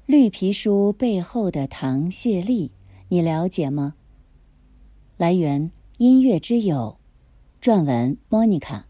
绿皮书背后的唐谢丽，你了解吗？来源：音乐之友，撰文：莫妮卡。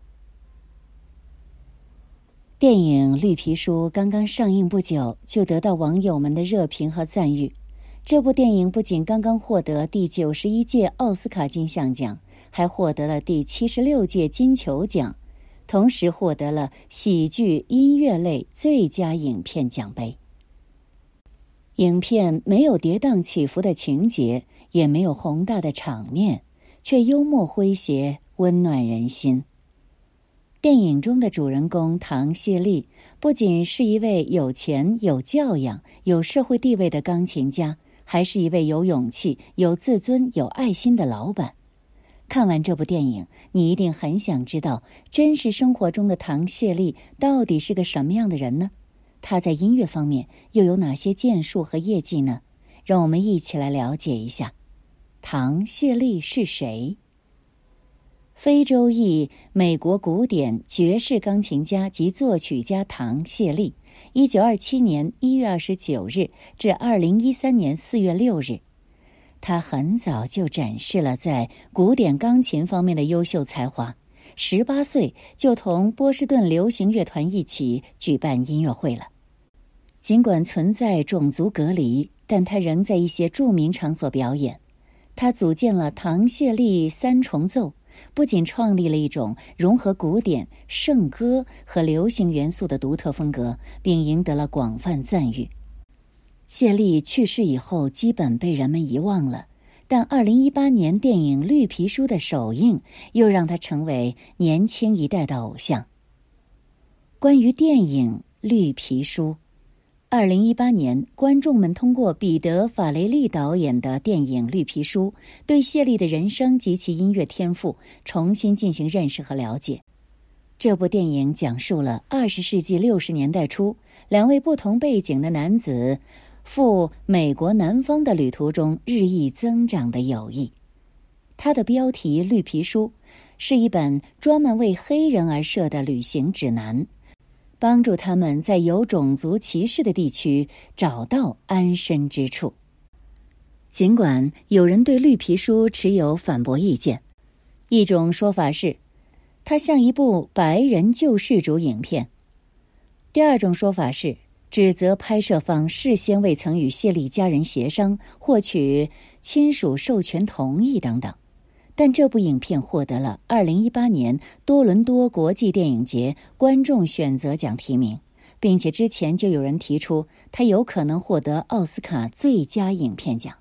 电影《绿皮书》刚刚上映不久，就得到网友们的热评和赞誉。这部电影不仅刚刚获得第91届奥斯卡金像奖，还获得了第76届金球奖，同时获得了喜剧音乐类最佳影片奖杯。影片没有跌宕起伏的情节，也没有宏大的场面，却幽默诙谐，温暖人心。电影中的主人公唐谢丽不仅是一位有钱、有教养、有社会地位的钢琴家，还是一位有勇气、有自尊、有爱心的老板。看完这部电影，你一定很想知道，真实生活中的唐谢丽到底是个什么样的人呢？他在音乐方面又有哪些建树和业绩呢？让我们一起来了解一下，唐谢丽是谁？非洲裔美国古典爵士钢琴家及作曲家唐谢丽，1927年1月29日至2013年4月6日。他很早就展示了在古典钢琴方面的优秀才华，18岁就同波士顿流行乐团一起举办音乐会了。尽管存在种族隔离，但他仍在一些著名场所表演。他组建了唐谢丽三重奏，不仅创立了一种融合古典、圣歌和流行元素的独特风格，并赢得了广泛赞誉。谢丽去世以后基本被人们遗忘了，但2018年电影《绿皮书》的首映又让他成为年轻一代的偶像。关于电影《绿皮书》，2018年观众们通过彼得·法雷利导演的电影《绿皮书》，对谢丽的人生及其音乐天赋重新进行认识和了解。这部电影讲述了20世纪60年代初两位不同背景的男子赴美国南方的旅途中日益增长的友谊。它的标题《绿皮书》是一本专门为黑人而设的旅行指南，帮助他们在有种族歧视的地区找到安身之处。尽管有人对《绿皮书》持有反驳意见，一种说法是它像一部白人救世主影片，第二种说法是指责拍摄方事先未曾与谢丽家人协商，获取亲属授权同意等等。但这部影片获得了2018年多伦多国际电影节观众选择奖提名，并且之前就有人提出它有可能获得奥斯卡最佳影片奖。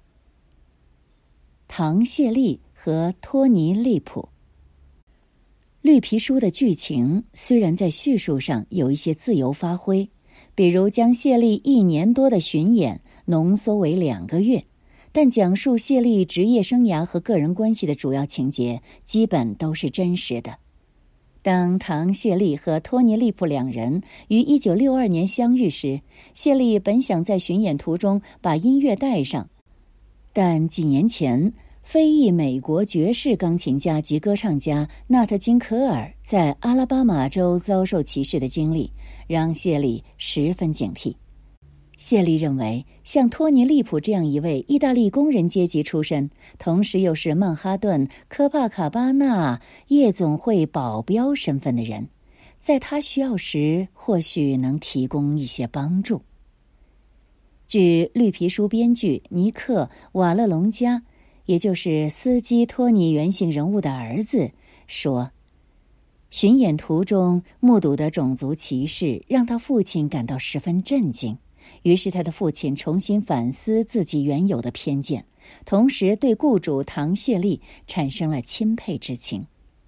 唐谢丽和托尼·利普。绿皮书的剧情虽然在叙述上有一些自由发挥，比如将谢丽1年多的巡演浓缩为2个月，但讲述谢丽职业生涯和个人关系的主要情节基本都是真实的。当唐谢丽和托尼·利普两人于1962年相遇时，谢丽本想在巡演途中把音乐带上，但几年前非裔美国爵士钢琴家及歌唱家纳特·金科尔在阿拉巴马州遭受歧视的经历让谢丽十分警惕。谢丽认为，像托尼·利普这样一位意大利工人阶级出身，同时又是曼哈顿科帕卡巴纳夜总会保镖身份的人，在他需要时或许能提供一些帮助。据绿皮书编剧尼克·瓦勒隆加，也就是司机托尼原型人物的儿子说，巡演途中目睹的种族歧视让他父亲感到十分震惊，于是他的父亲重新反思自己原有的偏见，同时对雇主唐谢丽产生了钦佩之情。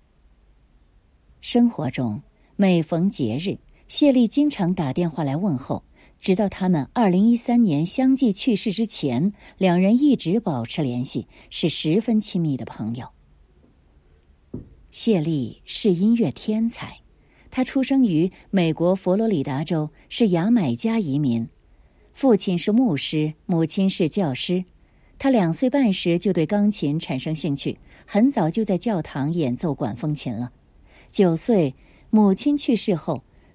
生活中每逢节日，谢丽经常打电话来问候，直到他们2013年相继去世之前，两人一直保持联系，是十分亲密的朋友。谢丽是音乐天才，他出生于美国佛罗里达州，是牙买加移民，父亲是牧师，母亲是教师。他2岁半时就对钢琴产生兴趣，很早就在教堂演奏管风琴了。9岁，母亲去世后，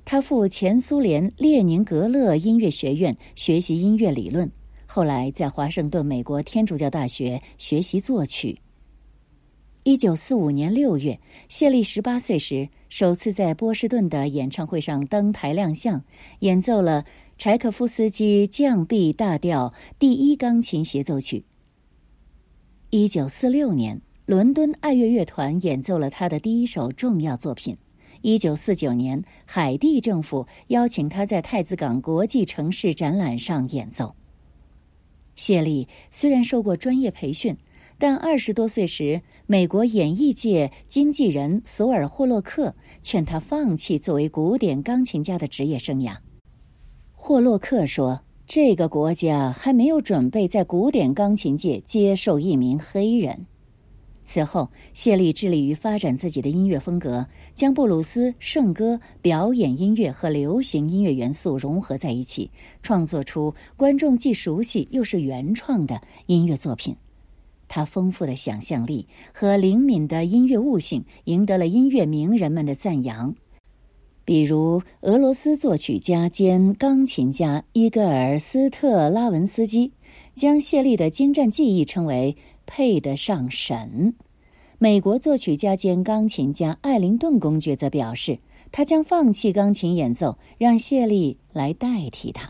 他赴前苏联列宁格勒音乐学院学习音乐理论，后来在华盛顿美国天主教大学学习作曲。1945年6月，谢丽18岁时，首次在波士顿的演唱会上登台亮相，演奏了柴可夫斯基降 B 大调第一钢琴协奏曲。1946年，伦敦爱乐乐团演奏了他的第一首重要作品。1949年，海地政府邀请他在太子港国际城市展览上演奏。谢丽虽然受过专业培训，但20多岁时，美国演艺界经纪人索尔·霍洛克劝他放弃作为古典钢琴家的职业生涯。霍洛克说，这个国家还没有准备在古典钢琴界接受一名黑人。此后，谢丽致力于发展自己的音乐风格，将布鲁斯、圣歌、表演音乐和流行音乐元素融合在一起，创作出观众既熟悉又是原创的音乐作品。他丰富的想象力和灵敏的音乐悟性赢得了音乐名人们的赞扬，比如俄罗斯作曲家兼钢琴家伊戈尔·斯特拉文斯基将谢丽的精湛技艺称为配得上神。美国作曲家兼钢琴家艾灵顿公爵则表示，他将放弃钢琴演奏，让谢丽来代替他。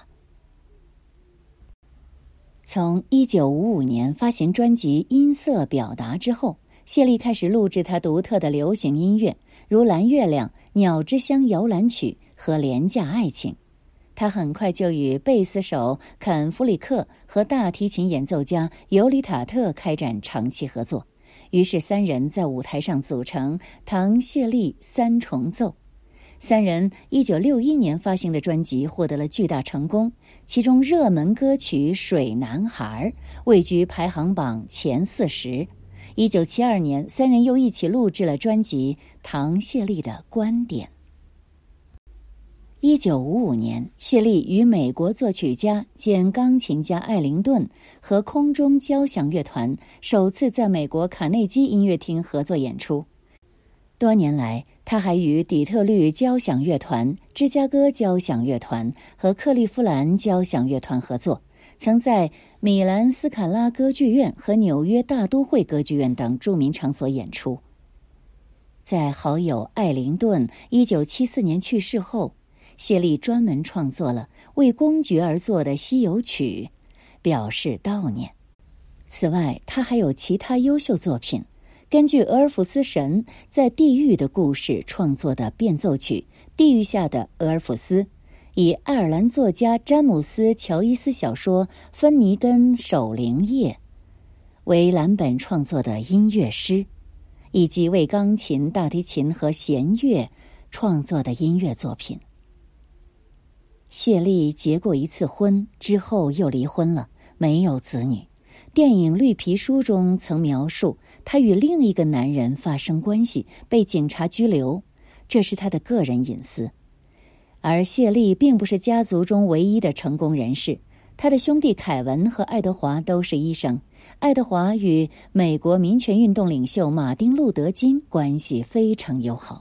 从1955年发行专辑《音色表达》之后，谢丽开始录制他独特的流行音乐，如《蓝月亮》《鸟之乡摇篮曲》和《廉价爱情》。他很快就与贝斯手肯·弗里克和大提琴演奏家尤里塔特开展长期合作，于是三人在舞台上组成唐谢丽三重奏。三人1961年发行的专辑获得了巨大成功，其中热门歌曲《水男孩》位居排行榜前40。1972年，三人又一起录制了专辑《唐谢丽的观点》。1955年，谢丽与美国作曲家兼钢琴家艾灵顿和空中交响乐团首次在美国卡内基音乐厅合作演出。多年来，他还与底特律交响乐团、芝加哥交响乐团和克利夫兰交响乐团合作，曾在米兰斯卡拉歌剧院和纽约大都会歌剧院等著名场所演出。在好友艾灵顿1974年去世后，谢丽专门创作了为公爵而作的西游曲，表示悼念。此外，他还有其他优秀作品，根据俄尔甫斯神在地狱的故事创作的变奏曲《地狱下的俄尔甫斯》，以爱尔兰作家詹姆斯·乔伊斯小说《芬尼根守灵夜》为蓝本创作的音乐诗，以及为钢琴、大提琴和弦乐创作的音乐作品。谢丽结过一次婚，之后又离婚了，没有子女。电影《绿皮书》中曾描述她与另一个男人发生关系，被警察拘留，这是她的个人隐私。而谢丽并不是家族中唯一的成功人士，她的兄弟凯文和爱德华都是医生。爱德华与美国民权运动领袖马丁·路德·金关系非常友好。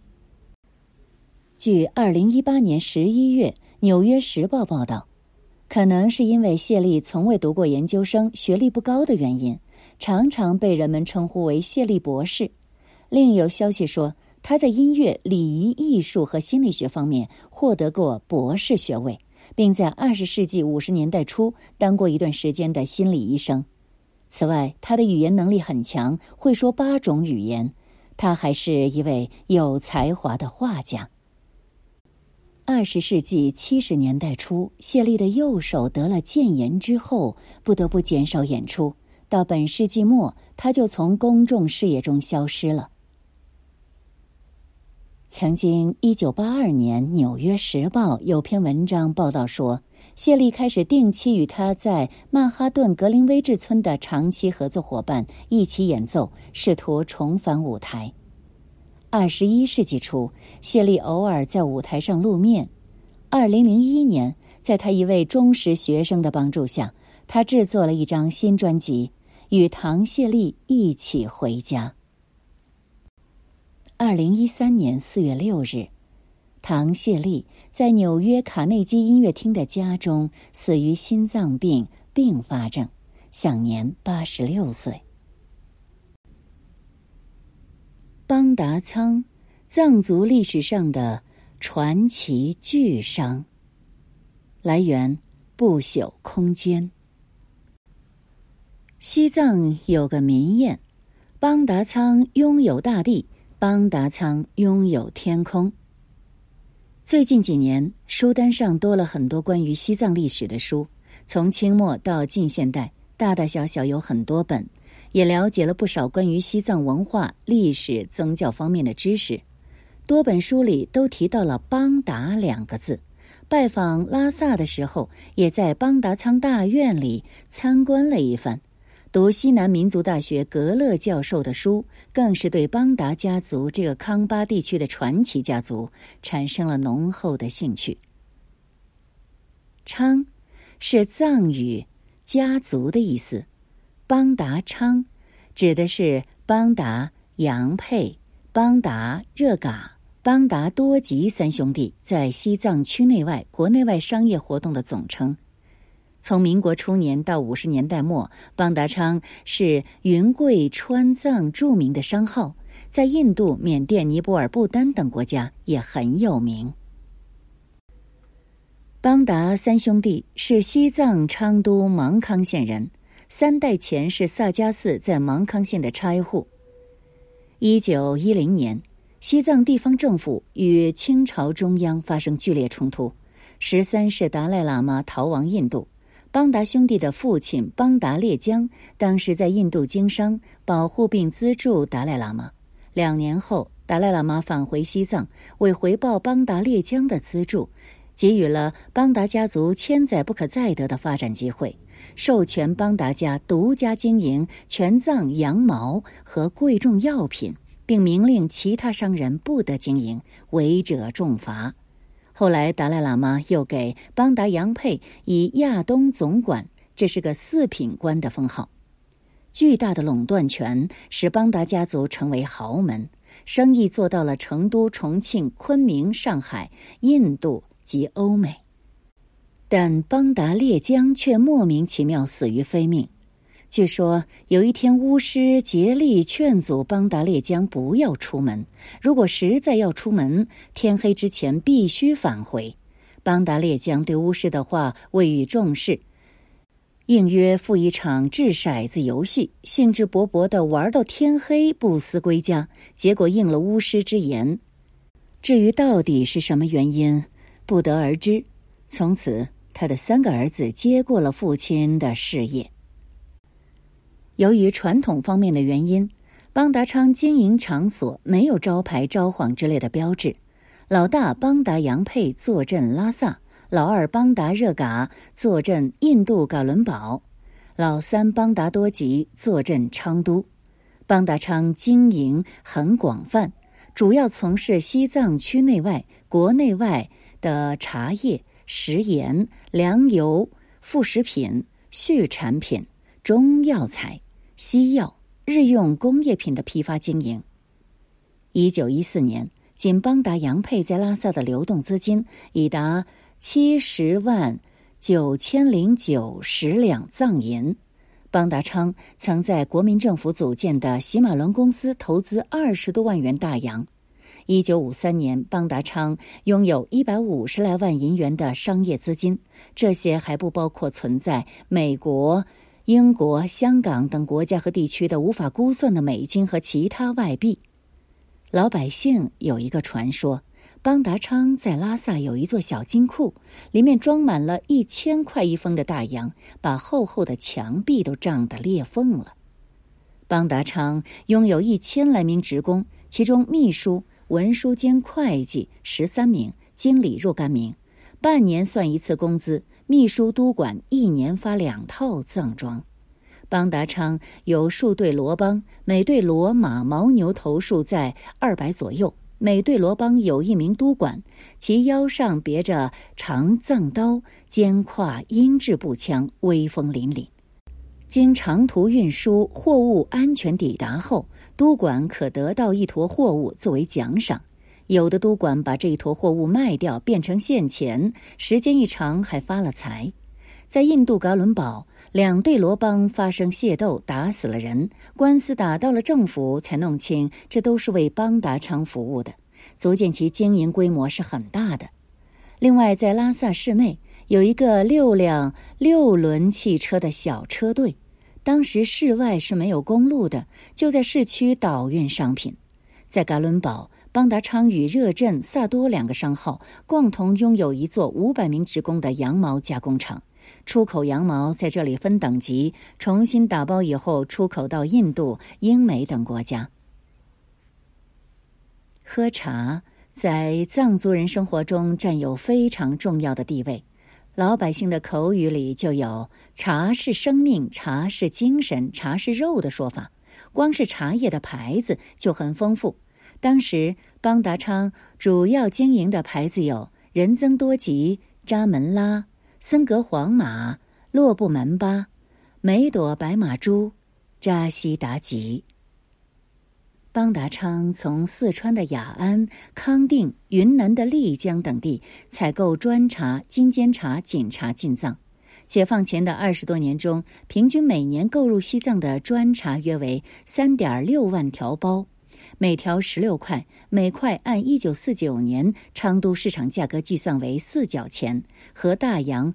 据2018年11月《纽约时报》报道，可能是因为谢丽从未读过研究生，学历不高的原因，常常被人们称呼为谢丽博士。另有消息说，他在音乐、礼仪、艺术和心理学方面获得过博士学位，并在20世纪50年代初当过一段时间的心理医生。此外，他的语言能力很强，会说8种语言。他还是一位有才华的画家。20世纪70年代初，谢丽的右手得了腱炎之后，不得不减少演出。到本世纪末，他就从公众视野中消失了。曾经1982年《纽约时报》有篇文章报道说，谢丽开始定期与他在曼哈顿格林威治村的长期合作伙伴一起演奏，试图重返舞台。21世纪初，谢丽偶尔在舞台上露面。2001年，在他一位忠实学生的帮助下，他制作了一张新专辑，与唐谢丽一起回家。2013年4月6日， 唐谢利在纽约卡内基音乐厅的家中死于心脏病并发症，享年86岁。邦达仓，藏族历史上的传奇巨商。来源：不朽空间。西藏有个民谚：邦达仓拥有大地，邦达仓拥有天空。最近几年，书单上多了很多关于西藏历史的书，从清末到近现代，大大小小有很多本，也了解了不少关于西藏文化、历史、宗教方面的知识。多本书里都提到了邦达2个字。拜访拉萨的时候，也在邦达仓大院里参观了一番。读西南民族大学格勒教授的书，更是对邦达家族这个康巴地区的传奇家族产生了浓厚的兴趣。昌是藏语家族的意思，邦达昌指的是邦达杨佩、邦达热嘎、邦达多吉3兄弟在西藏区内外、国内外商业活动的总称。从民国初年到50年代末，邦达昌是云贵川藏著名的商号，在印度、缅甸、尼泊尔、不丹等国家也很有名。邦达3兄弟是西藏昌都芒康县人，3代前是萨迦寺在芒康县的差户。1910年，西藏地方政府与清朝中央发生剧烈冲突，13世达赖喇嘛逃亡印度。邦达兄弟的父亲邦达烈江当时在印度经商，保护并资助达赖喇嘛。2年后，达赖喇嘛返回西藏，为回报邦达烈江的资助，给予了邦达家族千载不可再得的发展机会，授权邦达家独家经营全藏羊毛和贵重药品，并明令其他商人不得经营，违者重罚。后来达赖喇嘛又给邦达杨佩以亚东总管，这是个4品官的封号。巨大的垄断权使邦达家族成为豪门，生意做到了成都、重庆、昆明、上海、印度及欧美。但邦达烈江却莫名其妙死于非命。据说有一天，巫师竭力劝阻邦达烈江不要出门，如果实在要出门，天黑之前必须返回。邦达烈江对巫师的话未予重视，应约赴一场掷骰子游戏，兴致勃勃地玩到天黑，不思归家，结果应了巫师之言。至于到底是什么原因，不得而知。从此，他的3个儿子接过了父亲的事业。由于传统方面的原因，邦达昌经营场所没有招牌、招幌之类的标志。老大邦达杨佩坐镇拉萨，老二邦达热嘎坐镇印度噶伦堡，老3邦达多吉坐镇昌都。邦达昌经营很广泛，主要从事西藏区内外、国内外的茶叶、食盐、粮油、副食品、畜产品、中药材、西药、日用工业品的批发经营。1914年，仅邦达杨佩在拉萨的流动资金已达70万9090两藏银。邦达昌曾在国民政府组建的喜马伦公司投资20多万元大洋。1953年，邦达昌拥有150来万银元的商业资金，这些还不包括存在美国、英国、香港等国家和地区的无法估算的美金和其他外币。老百姓有一个传说，邦达昌在拉萨有一座小金库，里面装满了1000块一封的大洋，把厚厚的墙壁都胀得裂缝了。邦达昌拥有1000来名职工，其中秘书、文书兼会计13名，经理若干名，半年算一次工资，秘书督管1年发2套藏装。邦达昌有数对罗邦，每对骡马牦牛头数在200左右，每对罗邦有1名督管，其腰上别着长藏刀，肩挎鹰制步枪，威风凛凛。经长途运输，货物安全抵达后，督管可得到一坨货物作为奖赏。 有的督管把这一坨货物卖掉，变成现钱，时间一长还发了财。在印度噶伦堡，2对罗邦发生械斗，打死了人，官司打到了政府，才弄清这都是为邦达昌服务的，足见其经营规模是很大的。另外，在拉萨市内有一个6辆6轮汽车的小车队，当时市外是没有公路的，就在市区倒运商品。在噶伦堡，邦达昌与热镇、萨多2个商号共同拥有一座500名职工的羊毛加工厂，出口羊毛在这里分等级，重新打包以后出口到印度、英美等国家。喝茶在藏族人生活中占有非常重要的地位，老百姓的口语里就有茶是生命、茶是精神、茶是肉的说法，光是茶叶的牌子就很丰富。当时邦达昌主要经营的牌子有仁增多吉、扎门拉、森格黄马、洛布门巴、梅朵白马珠、扎西达吉。邦达昌从四川的雅安、康定、云南的丽江等地采购砖茶、金尖茶、锦茶进藏。解放前的20多年中，平均每年购入西藏的砖茶约为3.6万条包，每条16块，每块按1949年昌都市场价格计算为4角钱，和大洋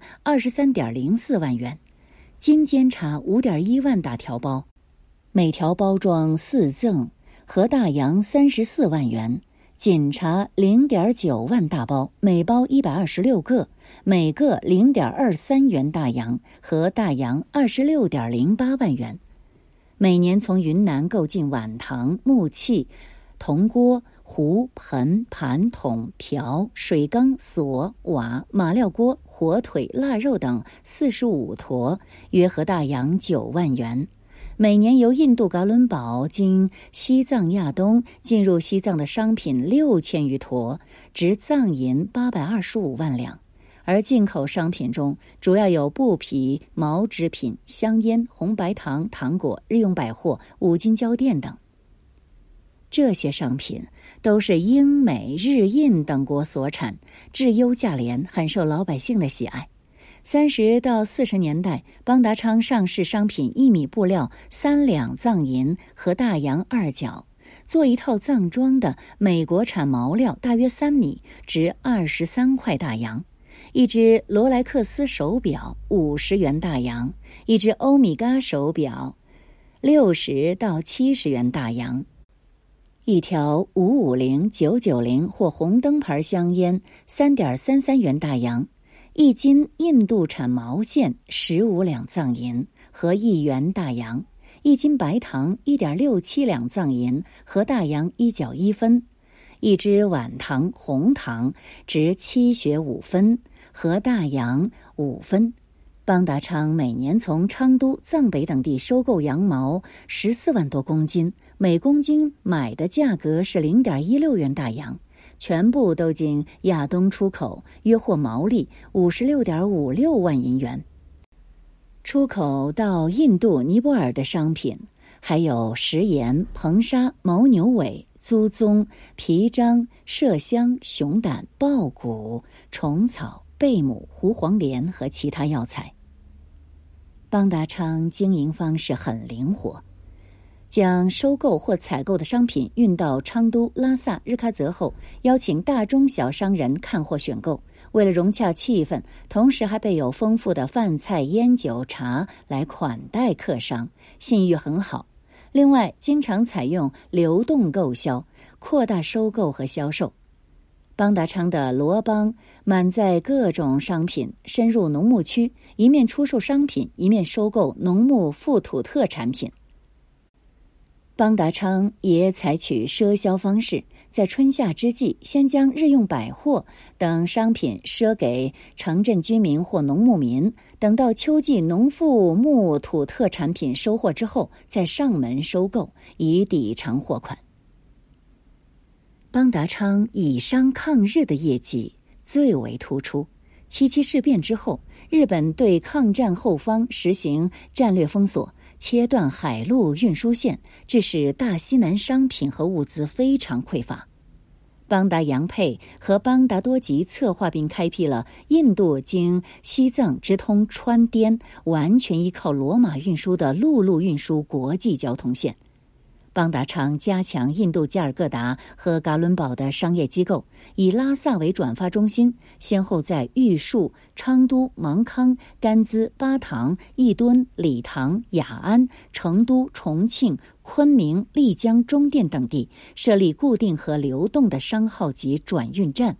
23.04万元。金尖茶5.1万大条包，每条包装4赠，和大洋34万元。锦茶0.9万大包，每包126个，每个0.23元大洋，和大洋26.08万元。每年从云南购进碗糖、木器、铜锅、壶、盆、盘、桶、瓢、水缸、锁、瓦、马料锅、火腿、腊肉等45坨，约合大洋9万元。每年由印度噶伦堡经西藏亚东进入西藏的商品6000余坨，值藏银825万两。而进口商品中主要有布匹、毛织品、香烟、红白糖、糖果、日用百货、五金胶垫等。这些商品都是英美日印等国所产，质优价廉，很受老百姓的喜爱。30到40年代，邦达昌上市商品1米布料3两藏银和大洋2角，做一套藏装的美国产毛料大约3米，值23块大洋。一只罗莱克斯手表50元大洋，一只欧米伽手表60到70元大洋，一条550、990或红灯牌香烟3.33元大洋，一斤印度产毛线15两藏银和1元大洋，一斤白糖1.67两藏银和大洋1角1分，一只碗糖红糖值7学5分和大洋5分。邦达昌每年从昌都、藏北等地收购羊毛14万多公斤，每公斤买的价格是0.16元大洋，全部都经亚东出口，约获毛利56.56万银元。出口到印度、尼泊尔的商品还有食盐、硼砂、牦牛尾、猪鬃、皮张、麝香、熊胆、豹骨、虫草、贝母、胡黄连和其他药材。邦达昌经营方式很灵活，将收购或采购的商品运到昌都、拉萨、日喀则后，邀请大中小商人看货选购。为了融洽气氛，同时还备有丰富的饭菜、烟酒、茶来款待客商，信誉很好。另外，经常采用流动购销，扩大收购和销售。邦达昌的罗邦满载各种商品，深入农牧区，一面出售商品，一面收购农牧副土特产品。邦达昌也采取赊销方式，在春夏之际，先将日用百货等商品赊给城镇居民或农牧民，等到秋季农副牧土特产品收获之后，再上门收购，以抵偿货款。邦达昌以商抗日的业绩最为突出。7·7事变之后，日本对抗战后方实行战略封锁，切断海陆运输线，致使大西南商品和物资非常匮乏。 邦达杨佩和邦达多吉策划并开辟了印度经西藏直通川滇，完全依靠罗马运输的陆路运输国际交通线。邦达昌加强印度加尔各答和噶伦堡的商业机构，以拉萨为转发中心，先后在玉树、昌都、芒康、甘孜、巴塘、义敦、理塘、雅安、成都、重庆、昆明、丽江、中甸等地设立固定和流动的商号及转运站，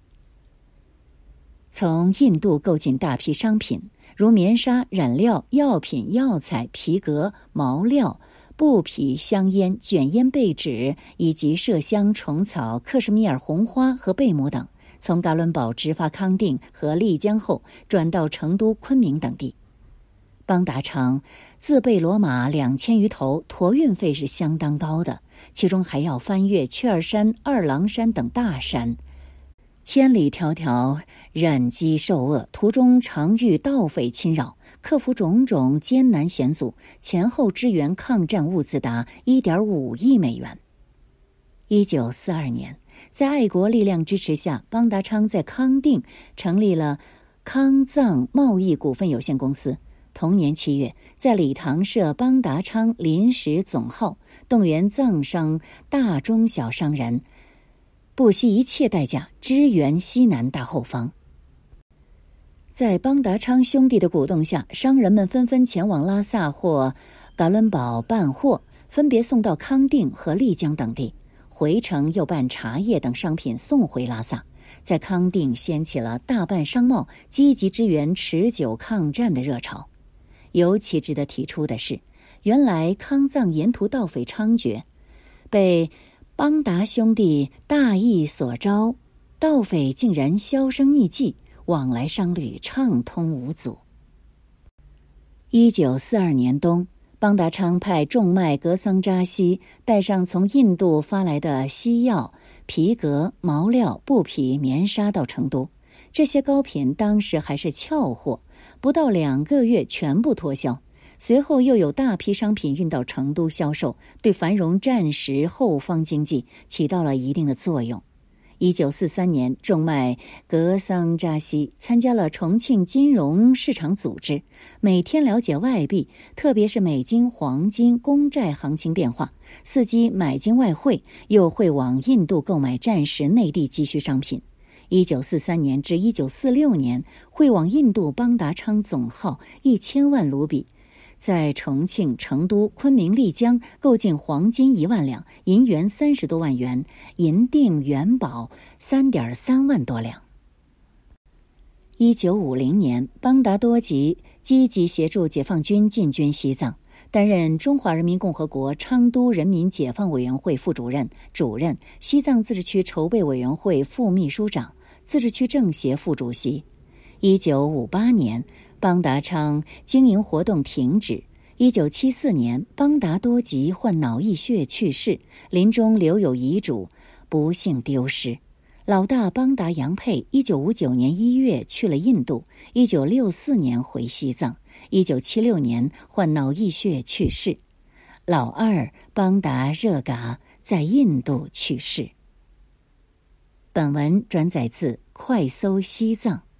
从印度购进大批商品，如棉纱、染料、药品、药材、皮革、毛料、布匹、香烟、卷烟被纸以及麝香、虫草、克什米尔红花和贝母等，从噶伦堡直发康定和丽江后转到成都、昆明等地。邦达昌自备骡马2000余头，驮运费是相当高的，其中还要翻越雀儿山、二郎山等大山，千里迢迢忍饥受饿，途中常遇盗匪侵扰，克服种种艰难险阻，前后支援抗战物资达1.5亿美元。1942年，在爱国力量支持下，邦达昌在康定成立了康藏贸易股份有限公司。同年7月，在理塘设邦达昌临时总号，动员藏商大中小商人不惜一切代价支援西南大后方。在邦达昌兄弟的鼓动下，商人们纷纷前往拉萨或噶伦堡办货，分别送到康定和丽江等地，回程又办茶叶等商品送回拉萨。在康定掀起了大办商贸、积极支援持久抗战的热潮。尤其值得提出的是，原来康藏沿途盗匪猖獗，被邦达兄弟大义所招，盗匪竟然销声匿迹，往来商旅畅通无阻。1942年冬，邦达昌派仲麦格桑扎西带上从印度发来的西药、皮革、毛料、布匹、棉纱到成都。这些高品当时还是俏货，不到2个月全部脱销。随后又有大批商品运到成都销售，对繁荣战时后方经济起到了一定的作用。1943年，仲麦格桑扎西参加了重庆金融市场组织，每天了解外币，特别是美金、黄金、公债行情变化，伺机买进外汇，又会往印度购买战时内地急需商品。1943年至1946年，会往印度邦达昌总号1000万卢比，在重庆、成都、昆明、丽江购进黄金1万两，银元30多万元，银锭、元宝3.3万多两。1950年，邦达多吉积极协助解放军进军西藏，担任中华人民共和国昌都人民解放委员会副主任、主任，西藏自治区筹备委员会副秘书长，自治区政协副主席。1958年，邦达昌经营活动停止。1974年，邦达多吉患脑溢血去世，临终留有遗嘱，不幸丢失。老大邦达杨佩1959年1月去了印度，1964年回西藏，1976年患脑溢血去世。老二邦达热嘎在印度去世。本文转载自快搜西藏。